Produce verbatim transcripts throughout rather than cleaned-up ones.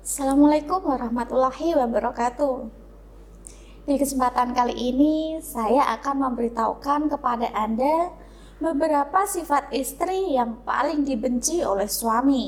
Assalamualaikum warahmatullahi wabarakatuh. Di kesempatan kali ini, saya akan memberitahukan kepada Anda beberapa sifat istri yang paling dibenci oleh suami.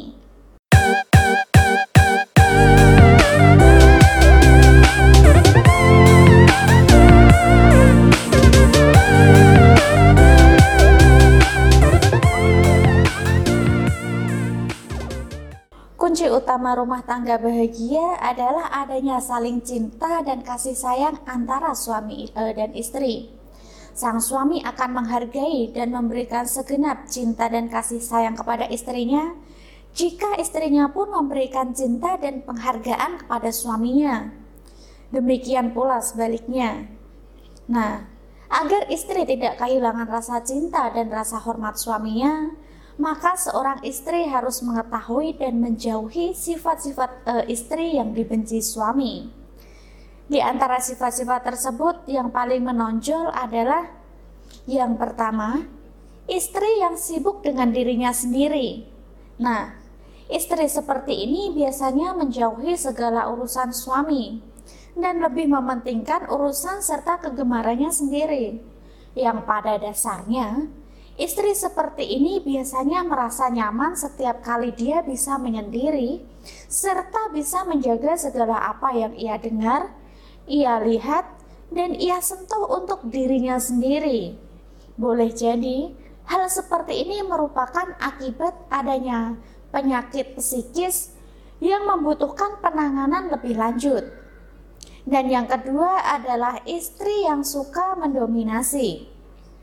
Kunci utama rumah tangga bahagia adalah adanya saling cinta dan kasih sayang antara suami dan istri. Sang suami akan menghargai dan memberikan segenap cinta dan kasih sayang kepada istrinya, jika istrinya pun memberikan cinta dan penghargaan kepada suaminya. Demikian pula sebaliknya. Nah, agar istri tidak kehilangan rasa cinta dan rasa hormat suaminya, maka seorang istri harus mengetahui dan menjauhi sifat-sifat e, istri yang dibenci suami. Di antara sifat-sifat tersebut yang paling menonjol adalah yang pertama, istri yang sibuk dengan dirinya sendiri. Nah, istri seperti ini biasanya menjauhi segala urusan suami dan lebih mementingkan urusan serta kegemarannya sendiri, yang pada dasarnya istri seperti ini biasanya merasa nyaman setiap kali dia bisa menyendiri, serta bisa menjaga segala apa yang ia dengar, ia lihat, dan ia sentuh untuk dirinya sendiri. Boleh jadi, hal seperti ini merupakan akibat adanya penyakit psikis yang membutuhkan penanganan lebih lanjut. Dan yang kedua adalah istri yang suka mendominasi.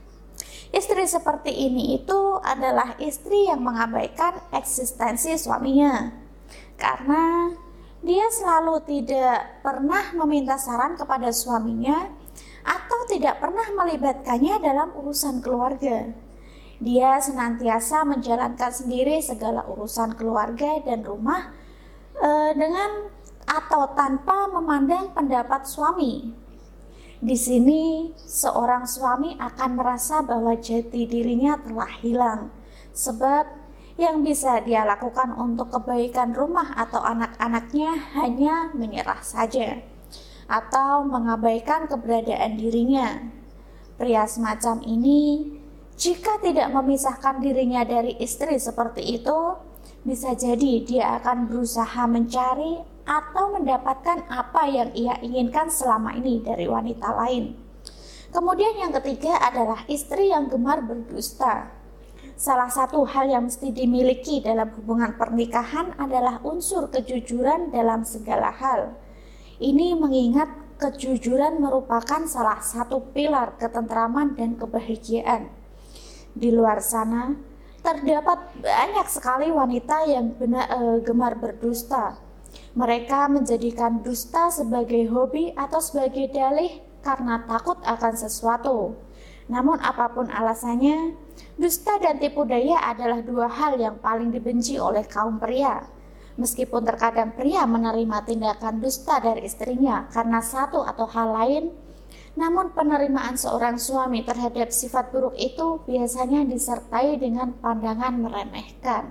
Istri seperti ini itu adalah istri yang mengabaikan eksistensi suaminya, karena dia selalu tidak pernah meminta saran kepada suaminya atau tidak pernah melibatkannya dalam urusan keluarga. Dia senantiasa menjalankan sendiri segala urusan keluarga dan rumah eh, dengan atau tanpa memandang pendapat suami. Di sini, seorang suami akan merasa bahwa jati dirinya telah hilang, sebab yang bisa dia lakukan untuk kebaikan rumah atau anak-anaknya hanya menyerah saja, atau mengabaikan keberadaan dirinya. Pria semacam ini, jika tidak memisahkan dirinya dari istri seperti itu, bisa jadi dia akan berusaha mencari atau mendapatkan apa yang ia inginkan selama ini dari wanita lain. Kemudian yang ketiga adalah istri yang gemar berdusta. Salah satu hal yang mesti dimiliki dalam hubungan pernikahan adalah unsur kejujuran dalam segala hal. Ini mengingat kejujuran merupakan salah satu pilar ketentraman dan kebahagiaan. Di luar sana, terdapat banyak sekali wanita yang benar, e, gemar berdusta. Mereka menjadikan dusta sebagai hobi atau sebagai dalih karena takut akan sesuatu. Namun apapun alasannya, dusta dan tipu daya adalah dua hal yang paling dibenci oleh kaum pria. Meskipun terkadang pria menerima tindakan dusta dari istrinya karena satu atau hal lain, namun penerimaan seorang suami terhadap sifat buruk itu biasanya disertai dengan pandangan meremehkan.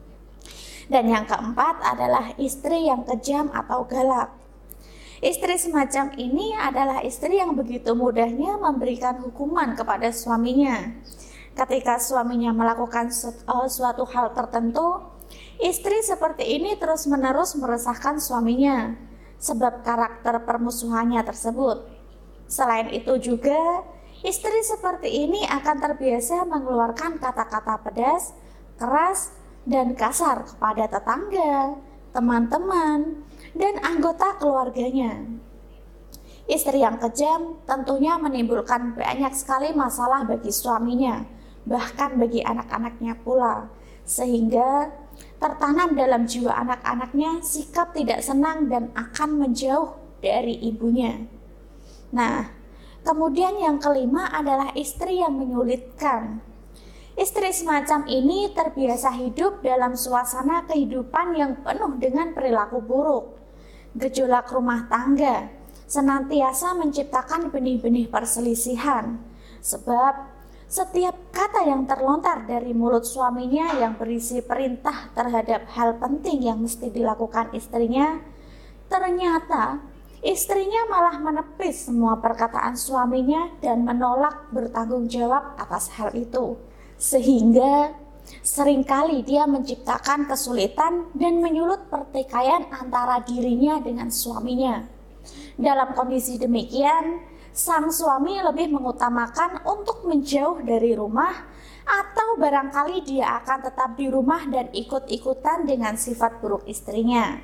Dan yang keempat adalah istri yang kejam atau galak. Istri semacam ini adalah istri yang begitu mudahnya memberikan hukuman kepada suaminya. Ketika suaminya melakukan suatu hal tertentu, istri seperti ini terus-menerus meresahkan suaminya sebab karakter permusuhannya tersebut. Selain itu juga, istri seperti ini akan terbiasa mengeluarkan kata-kata pedas, keras, dan kasar kepada tetangga, teman-teman, dan anggota keluarganya. Istri yang kejam tentunya menimbulkan banyak sekali masalah bagi suaminya, bahkan bagi anak-anaknya pula, sehingga tertanam dalam jiwa anak-anaknya sikap tidak senang dan akan menjauh dari ibunya. Nah, kemudian yang kelima adalah istri yang menyulitkan. Istri semacam ini terbiasa hidup dalam suasana kehidupan yang penuh dengan perilaku buruk, gejolak rumah tangga, senantiasa menciptakan benih-benih perselisihan, sebab setiap kata yang terlontar dari mulut suaminya yang berisi perintah terhadap hal penting yang mesti dilakukan istrinya Ternyata istrinya malah menepis semua perkataan suaminya dan menolak bertanggung jawab atas hal itu. Sehingga seringkali dia menciptakan kesulitan dan menyulut pertikaian antara dirinya dengan suaminya. Dalam kondisi demikian, sang suami lebih mengutamakan untuk menjauh dari rumah, atau barangkali dia akan tetap di rumah dan ikut-ikutan dengan sifat buruk istrinya.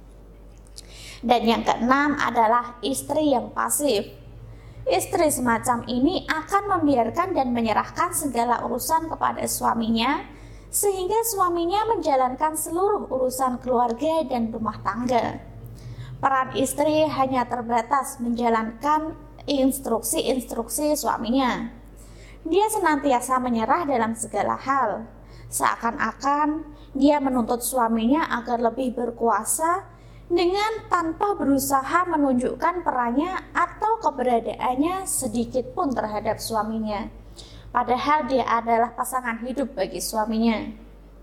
Dan yang keenam adalah istri yang pasif. Istri semacam ini akan membiarkan dan menyerahkan segala urusan kepada suaminya, sehingga suaminya menjalankan seluruh urusan keluarga dan rumah tangga. Peran istri hanya terbatas menjalankan instruksi-instruksi suaminya. Dia senantiasa menyerah dalam segala hal, seakan-akan dia menuntut suaminya agar lebih berkuasa dengan tanpa berusaha menunjukkan perannya atau keberadaannya sedikit pun terhadap suaminya. Padahal dia adalah pasangan hidup bagi suaminya.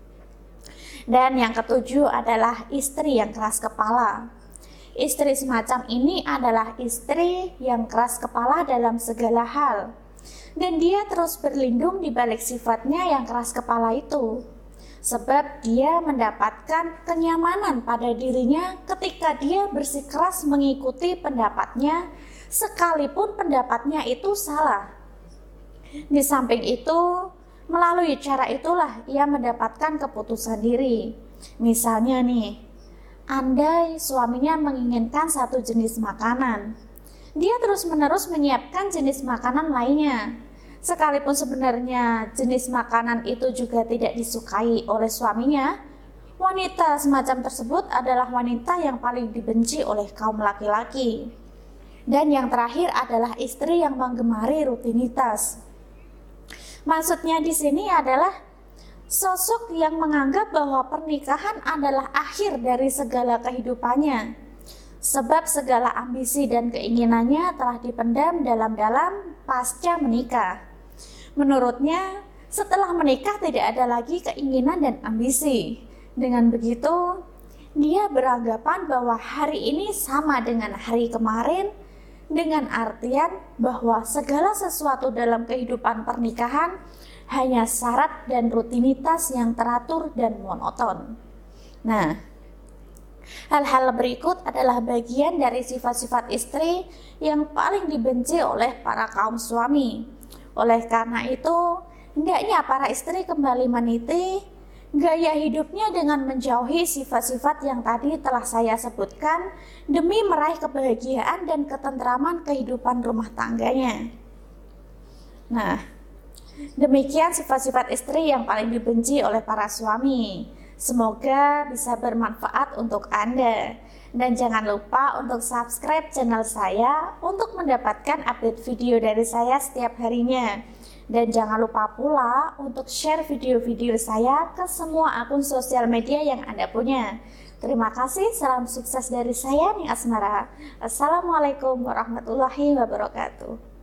Dan yang ketujuh adalah istri yang keras kepala. Istri semacam ini adalah istri yang keras kepala dalam segala hal. Dan dia terus berlindung di balik sifatnya yang keras kepala itu. Sebab dia mendapatkan kenyamanan pada dirinya ketika dia bersikeras mengikuti pendapatnya, sekalipun pendapatnya itu salah. Di samping itu, melalui cara itulah ia mendapatkan keputusan diri. Misalnya nih, andai suaminya menginginkan satu jenis makanan, dia terus-menerus menyiapkan jenis makanan lainnya. Sekalipun sebenarnya jenis makanan itu juga tidak disukai oleh suaminya, wanita semacam tersebut adalah wanita yang paling dibenci oleh kaum laki-laki. Dan yang terakhir adalah istri yang menggemari rutinitas. Maksudnya di sini adalah sosok yang menganggap bahwa pernikahan adalah akhir dari segala kehidupannya. Sebab segala ambisi dan keinginannya telah dipendam dalam-dalam pasca menikah. Menurutnya, setelah menikah tidak ada lagi keinginan dan ambisi. Dengan begitu, dia beranggapan bahwa hari ini sama dengan hari kemarin, dengan artian bahwa segala sesuatu dalam kehidupan pernikahan hanya syarat dan rutinitas yang teratur dan monoton. Nah, hal-hal berikut adalah bagian dari sifat-sifat istri yang paling dibenci oleh para kaum suami. Oleh karena itu, hendaknya para istri kembali meniti gaya hidupnya dengan menjauhi sifat-sifat yang tadi telah saya sebutkan demi meraih kebahagiaan dan ketentraman kehidupan rumah tangganya. Nah, demikian sifat-sifat istri yang paling dibenci oleh para suami. Semoga bisa bermanfaat untuk Anda. Dan jangan lupa untuk subscribe channel saya untuk mendapatkan update video dari saya setiap harinya. Dan jangan lupa pula untuk share video-video saya ke semua akun sosial media yang Anda punya. Terima kasih, salam sukses dari saya, Ning Asmara. Assalamualaikum warahmatullahi wabarakatuh.